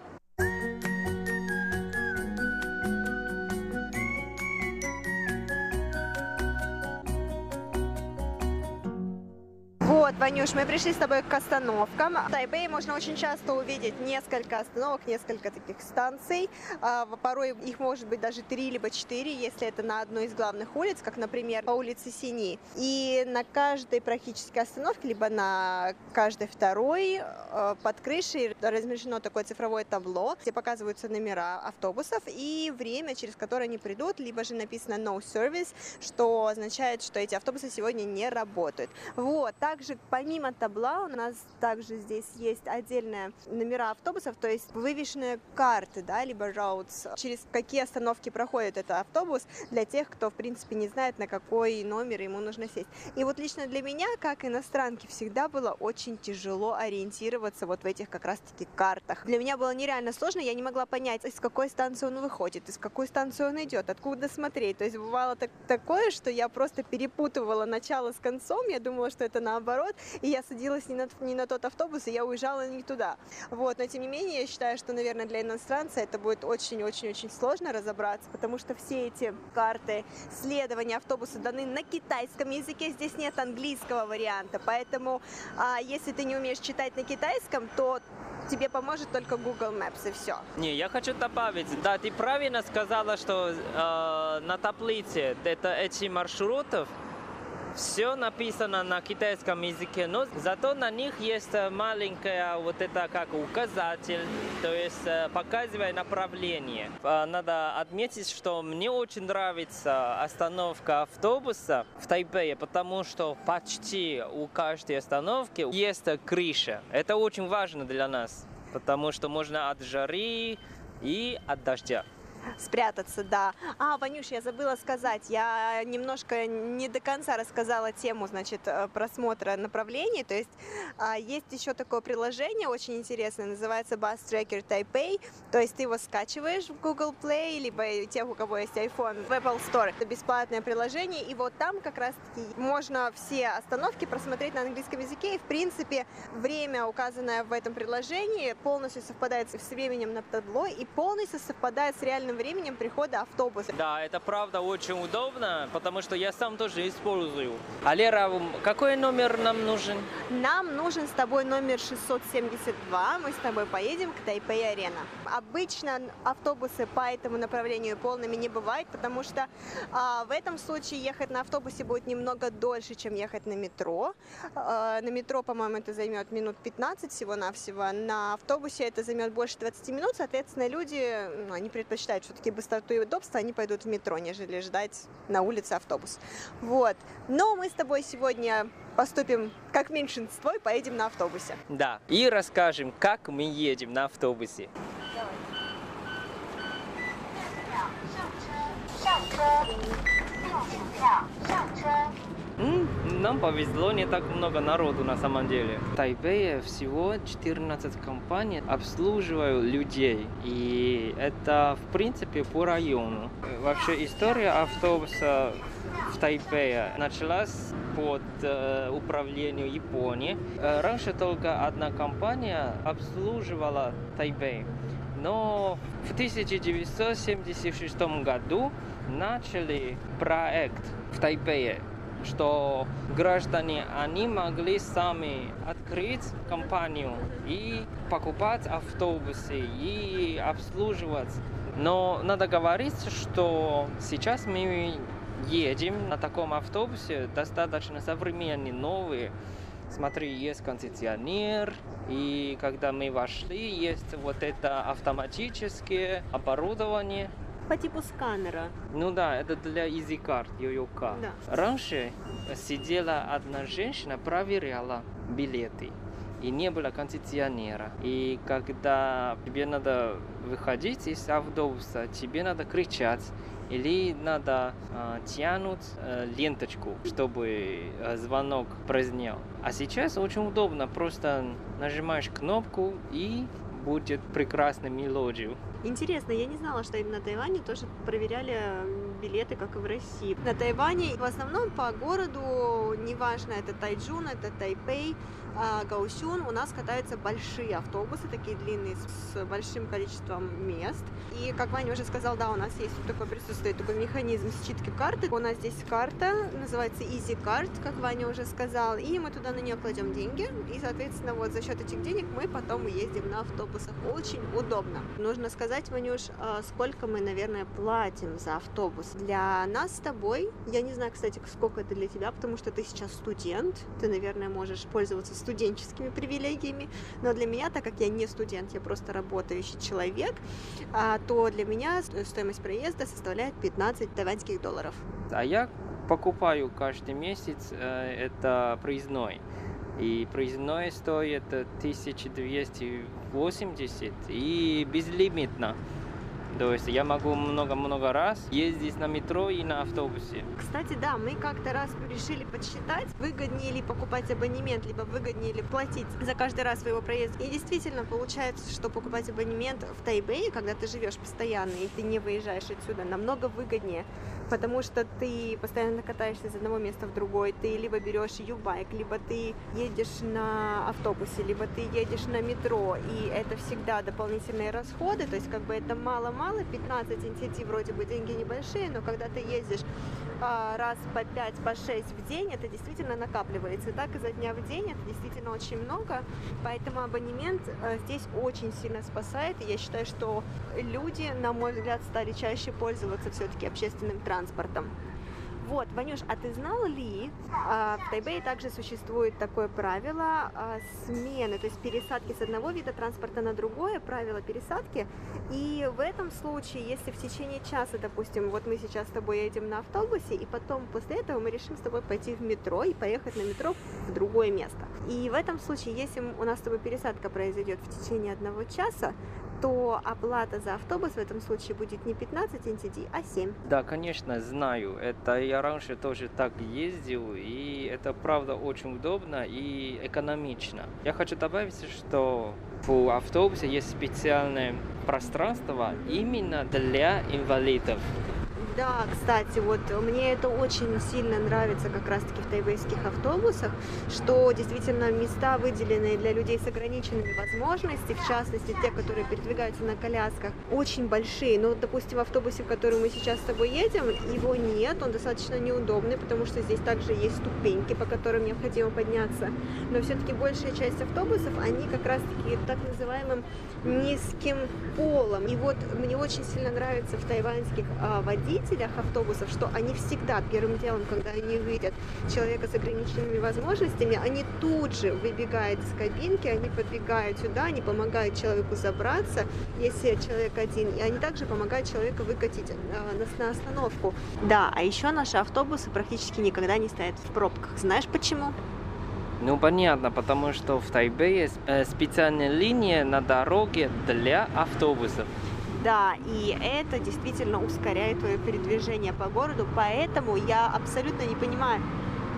Speaker 10: Вот, Ванюш, мы пришли с тобой к остановкам. В Тайбэе можно очень часто увидеть несколько остановок, несколько таких станций. Порой их может быть даже 3 либо 4, если это на одной из главных улиц, как, например, по улице Сини. И на каждой практически остановке, либо на каждой второй под крышей размещено такое цифровое табло, где показываются номера автобусов и время, через которое они придут, либо же написано «No service», что означает, что эти автобусы сегодня не работают. Вот, также помимо табла у нас также здесь есть отдельные номера автобусов, то есть вывешенные карты, да, либо routes, через какие остановки проходит этот автобус для тех, кто в принципе не знает, на какой номер ему нужно сесть. И вот лично для меня, как иностранки, всегда было очень тяжело ориентироваться вот в этих как раз-таки картах. Для меня было нереально сложно, я не могла понять, из какой станции он выходит, из какой станции он идет, откуда смотреть. То есть бывало такое, что я просто перепутывала начало с концом, я думала, что это наоборот, и я садилась не на тот автобус, и я уезжала не туда. Вот. Но тем не менее, я считаю, что, наверное, для иностранца это будет очень-очень-очень сложно разобраться, потому что все эти карты следования автобуса даны на китайском языке, здесь нет английского варианта, поэтому если ты не умеешь читать на китайском, то тебе поможет только Google Maps и все.
Speaker 9: Не, я хочу добавить, да, ты правильно сказала, что на таблице этих маршрутов все написано на китайском языке, но зато на них есть маленькая вот это как указатель, то есть показывая направление. Надо отметить, что мне очень нравится остановка автобуса в Тайбэе, потому что почти у каждой остановки есть крыша. Это очень важно для нас, потому что можно от жары и от дождя
Speaker 10: спрятаться, да. Ванюш, я забыла сказать, я немножко не до конца рассказала тему, значит, просмотра направлений, то есть есть еще такое приложение очень интересное, называется Bus Tracker Taipei, то есть ты его скачиваешь в Google Play, либо тех, у кого есть iPhone, в Apple Store. Это бесплатное приложение, и вот там как раз-таки можно все остановки просмотреть на английском языке, и в принципе время, указанное в этом приложении, полностью совпадает с временем на табло и полностью совпадает с реальным временем прихода автобуса.
Speaker 9: Да, это правда очень удобно, потому что я сам тоже использую. А Лера, какой номер нам нужен?
Speaker 10: Нам нужен с тобой номер 672. Мы с тобой поедем к Тайпэй-арена. Обычно автобусы по этому направлению полными не бывают, потому что в этом случае ехать на автобусе будет немного дольше, чем ехать на метро. На метро, по-моему, это займет минут 15 всего-навсего. На автобусе это займет больше 20 минут. Соответственно, люди, они предпочитают все-таки быстроту и удобство, они пойдут в метро, нежели ждать на улице автобус. Вот. Но мы с тобой сегодня поступим как меньшинство и поедем на автобусе.
Speaker 9: Да, и расскажем, как мы едем на автобусе. нам повезло, не так много народу на самом деле. В Тайбэе всего 14 компаний обслуживают людей. И это, в принципе, по району. Вообще история автобуса в Тайбэе началась под управлением Японии. Раньше только одна компания обслуживала Тайбэй. Но в 1976 году начали проект в Тайбэе, что граждане они могли сами открыть компанию и покупать автобусы и обслуживать. Но надо говорить, что сейчас мы едем на таком автобусе, достаточно современный, новый. Смотри, есть кондиционер, и когда мы вошли, есть вот это автоматическое оборудование.
Speaker 10: По типу сканера.
Speaker 9: Ну да, это для EasyCard, Йо-Йо-Ка.
Speaker 10: Да.
Speaker 9: Раньше сидела одна женщина, проверяла билеты, и не было кондиционера. И когда тебе надо выходить из автобуса, тебе надо кричать, или надо тянуть ленточку, чтобы звонок прозвенел. А сейчас очень удобно, просто нажимаешь кнопку и будет прекрасная мелодия.
Speaker 10: Интересно, я не знала, что именно на Тайване тоже проверяли билеты, как и в России. На Тайване в основном по городу, неважно, это Тайчжун, это Тайпэй, Гаосюн, у нас катаются большие автобусы, такие длинные, с большим количеством мест. И, как Ваня уже сказал, да, у нас есть такой, присутствует такой механизм считки карты. У нас здесь карта, называется EasyCard, как Ваня уже сказал, и мы туда на нее кладем деньги, и, соответственно, вот за счет этих денег мы потом ездим на автобусах. Очень удобно. Нужно сказать, Ванюш, сколько мы, наверное, платим за автобус. Для нас с тобой, я не знаю, кстати, сколько это для тебя, потому что ты сейчас студент, ты, наверное, можешь пользоваться студенческими привилегиями, но для меня, так как я не студент, я просто работающий человек, то для меня стоимость проезда составляет 15 тайваньских долларов.
Speaker 9: А я покупаю каждый месяц это проездной. И проездной стоит 1280 и безлимитно. То есть я могу много-много раз ездить на метро и на автобусе.
Speaker 10: Кстати, да, мы как-то раз решили подсчитать, выгоднее ли покупать абонемент, либо выгоднее ли платить за каждый раз своего проезда. И действительно получается, что покупать абонемент в Тайбэе, когда ты живешь постоянно и ты не выезжаешь отсюда, намного выгоднее. Потому что ты постоянно катаешься из одного места в другой, ты либо берешь юбайк, либо ты едешь на автобусе, либо ты едешь на метро, и это всегда дополнительные расходы, то есть как бы это мало-мало, 15 NTD вроде бы деньги небольшие, но когда ты ездишь раз по 5, по 6 в день, это действительно накапливается. И так изо дня в день это действительно очень много, поэтому абонемент здесь очень сильно спасает, и я считаю, что люди, на мой взгляд, стали чаще пользоваться все-таки общественным транспортом. Вот, Ванюш, а ты знал ли, в Тайбэе также существует такое правило смены, то есть пересадки с одного вида транспорта на другое, правило пересадки, и в этом случае, если в течение часа, допустим, вот мы сейчас с тобой едем на автобусе, и потом после этого мы решим с тобой пойти в метро и поехать на метро в другое место. И в этом случае, если у нас с тобой пересадка произойдет в течение 1 часа, то оплата за автобус в этом случае будет не 15 NTD, а 7.
Speaker 9: Да, конечно, знаю. Это я раньше тоже так ездил, и это правда очень удобно и экономично. Я хочу добавить, что в автобусе есть специальное пространство именно для инвалидов.
Speaker 10: Да, кстати, вот мне это очень сильно нравится как раз-таки в тайбэйских автобусах, что действительно места, выделенные для людей с ограниченными возможностями, в частности, те, которые передвигаются на колясках, очень большие. Но, допустим, в автобусе, в который мы сейчас с тобой едем, его нет, он достаточно неудобный, потому что здесь также есть ступеньки, по которым необходимо подняться. Но все-таки большая часть автобусов, они как раз-таки так называемым низким полом. И вот мне очень сильно нравится в тайваньских водителях автобусов, что они всегда первым делом, когда они видят человека с ограниченными возможностями, они тут же выбегают из кабинки, они подбегают сюда, они помогают человеку забраться, если человек один, и они также помогают человеку выкатить на остановку. Да, а еще наши автобусы практически никогда не стоят в пробках. Знаешь почему?
Speaker 9: Ну, понятно, потому что в Тайбэе специальная линия на дороге для автобусов.
Speaker 10: Да, и это действительно ускоряет твое передвижение по городу, поэтому я абсолютно не понимаю,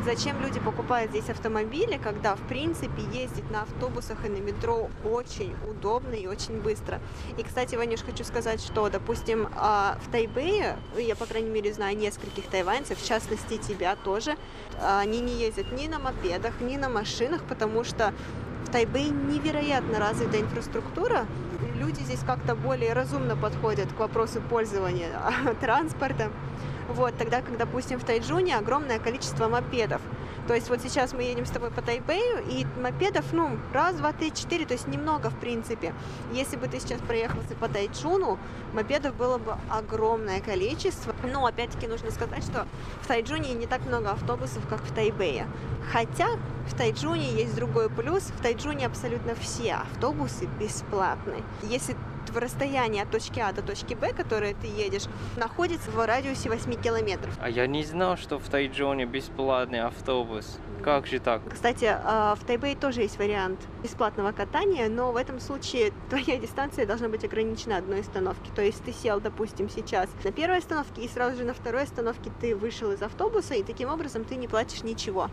Speaker 10: зачем люди покупают здесь автомобили, когда, в принципе, ездить на автобусах и на метро очень удобно и очень быстро. И, кстати, Ванюш, хочу сказать, что, допустим, в Тайбэе, я, по крайней мере, знаю нескольких тайваньцев, в частности, тебя тоже, они не ездят ни на мопедах, ни на машинах, потому что в Тайбэе невероятно развитая инфраструктура. Люди здесь как-то более разумно подходят к вопросу пользования транспортом. Вот, тогда как, допустим, в Тайчжуне огромное количество мопедов. То есть вот сейчас мы едем с тобой по Тайбэю, и мопедов, раз, два, три, четыре, то есть немного, в принципе. Если бы ты сейчас проехался по Тайчжуну, мопедов было бы огромное количество. Но, опять-таки, нужно сказать, что в Тайчжуне не так много автобусов, как в Тайбэе. Хотя в Тайчжуне есть другой плюс. В Тайчжуне абсолютно все автобусы бесплатны. Если в расстоянии от точки А до точки Б, которой ты едешь, находится в радиусе 8 километров.
Speaker 9: А я не знал, что в Тайчжуне бесплатный автобус. Как же так?
Speaker 10: Кстати, в Тайбэе тоже есть вариант бесплатного катания, но в этом случае твоя дистанция должна быть ограничена одной остановки. То есть ты сел, допустим, сейчас на первой остановке, и сразу же на второй остановке ты вышел из автобуса, и таким образом ты не платишь ничего.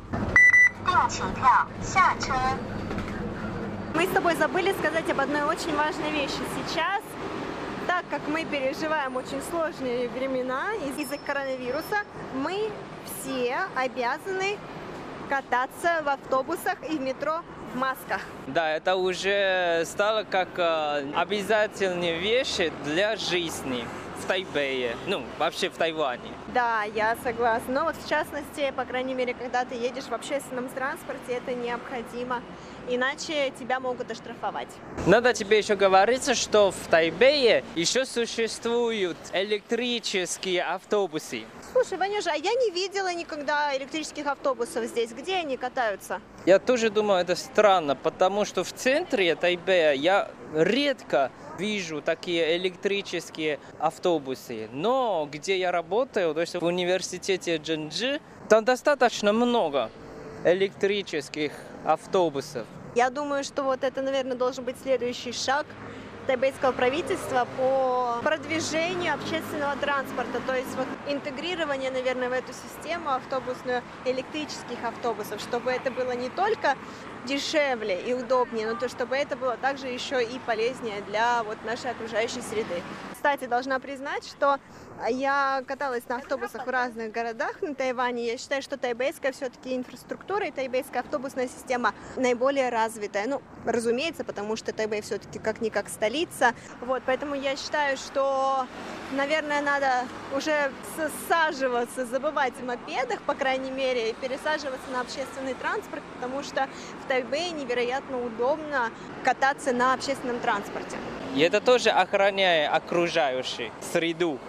Speaker 10: Мы с тобой забыли сказать об одной очень важной вещи. Сейчас, так как мы переживаем очень сложные времена из-за коронавируса, мы все обязаны кататься в автобусах и в метро в масках.
Speaker 9: Да, это уже стало как обязательные вещи для жизни в Тайбэе, вообще в Тайване.
Speaker 10: Да, я согласна. Но вот в частности, по крайней мере, когда ты едешь в общественном транспорте, это необходимо. Иначе тебя могут оштрафовать.
Speaker 9: Надо тебе еще говорить, что в Тайбэе еще существуют электрические автобусы.
Speaker 10: Слушай, Ванюша, а я не видела никогда электрических автобусов здесь. Где они катаются?
Speaker 9: Я тоже думаю, это странно, потому что в центре Тайбэя я редко вижу такие электрические автобусы. Но где я работаю, то есть в университете Чжэнчжи, там достаточно много электрических автобусов.
Speaker 10: Я думаю, что вот это, наверное, должен быть следующий шаг тайбэйского правительства по продвижению общественного транспорта, то есть вот интегрирование, наверное, в эту систему автобусную электрических автобусов, чтобы это было не только дешевле и удобнее, но то, чтобы это было также еще и полезнее для вот нашей окружающей среды. Кстати, должна признать, что я каталась на автобусах в разных городах на Тайване. Я считаю, что тайбэйская все-таки инфраструктура и тайбэйская автобусная система наиболее развитая. Разумеется, потому что Тайбэй все-таки как-никак столица. Вот, поэтому я считаю, что, наверное, надо уже саживаться, забывать о мопедах, по крайней мере, и пересаживаться на общественный транспорт, потому что в Тайбэе невероятно удобно кататься на общественном транспорте.
Speaker 9: И это тоже охраняет окружающую среду.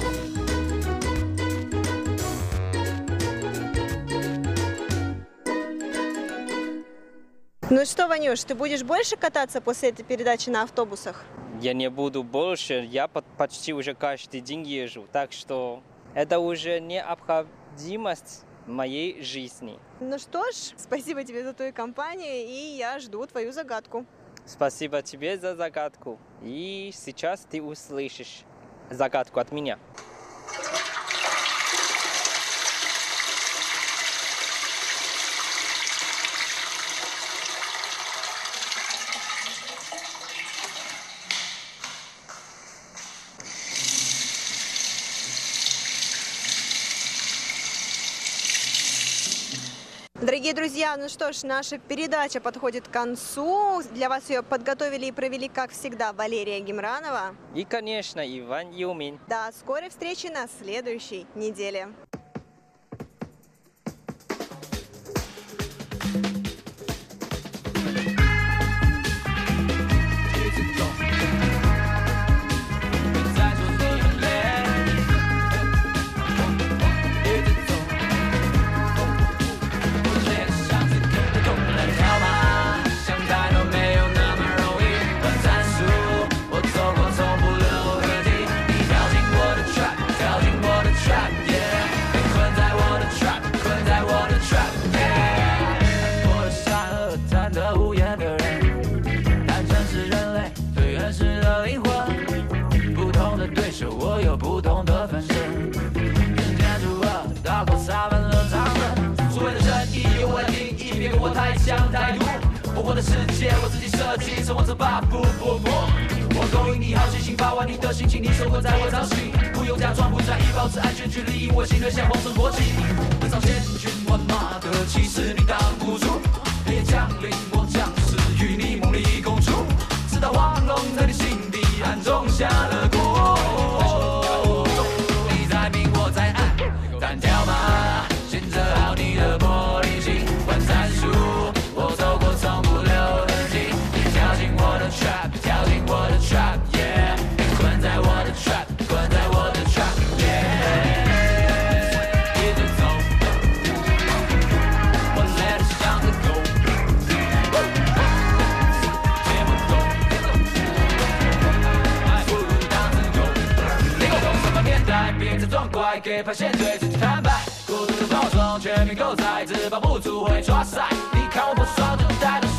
Speaker 10: Ну что, Ванюш, ты будешь больше кататься после этой передачи на автобусах?
Speaker 9: Я не буду больше, я почти уже каждый день езжу, так что это уже необходимость моей жизни.
Speaker 10: Ну что ж, спасибо тебе за твою компанию, и я жду твою загадку.
Speaker 9: Спасибо тебе за загадку. И сейчас ты услышишь загадку от меня.
Speaker 10: Дорогие друзья, ну что ж, наша передача подходит к концу. Для вас ее подготовили и провели, как всегда, Валерия Гемранова.
Speaker 9: И, конечно, Иван Юмин.
Speaker 10: До скорой встречи на следующей неделе.
Speaker 11: Yeah. 的世界我自己设计，从我这把不我勾引你好奇心，把玩你的心情，你收获在我掌心，不用假装不在意，保持安全距离，我心热像黄色国旗，横扫千军万马的气势你挡不住，别降临我将士与你梦里共处，直到黄龙在你心底暗中下了蛊，你在明我在暗，单挑马选择好你的玻璃心，玩战术我走过从不留痕迹，你跳进我的 trap， 跳进我的 trap， yeah， 困在我的 trap， 困在我的 trap， yeah， 一直走，我 let it 向着狗，接不走，不如当只狗，你够懂什么年代，别再装乖，给排线对自己坦白，孤独的包装全面狗仔，自保不住会抓塞，你看我不爽就带着。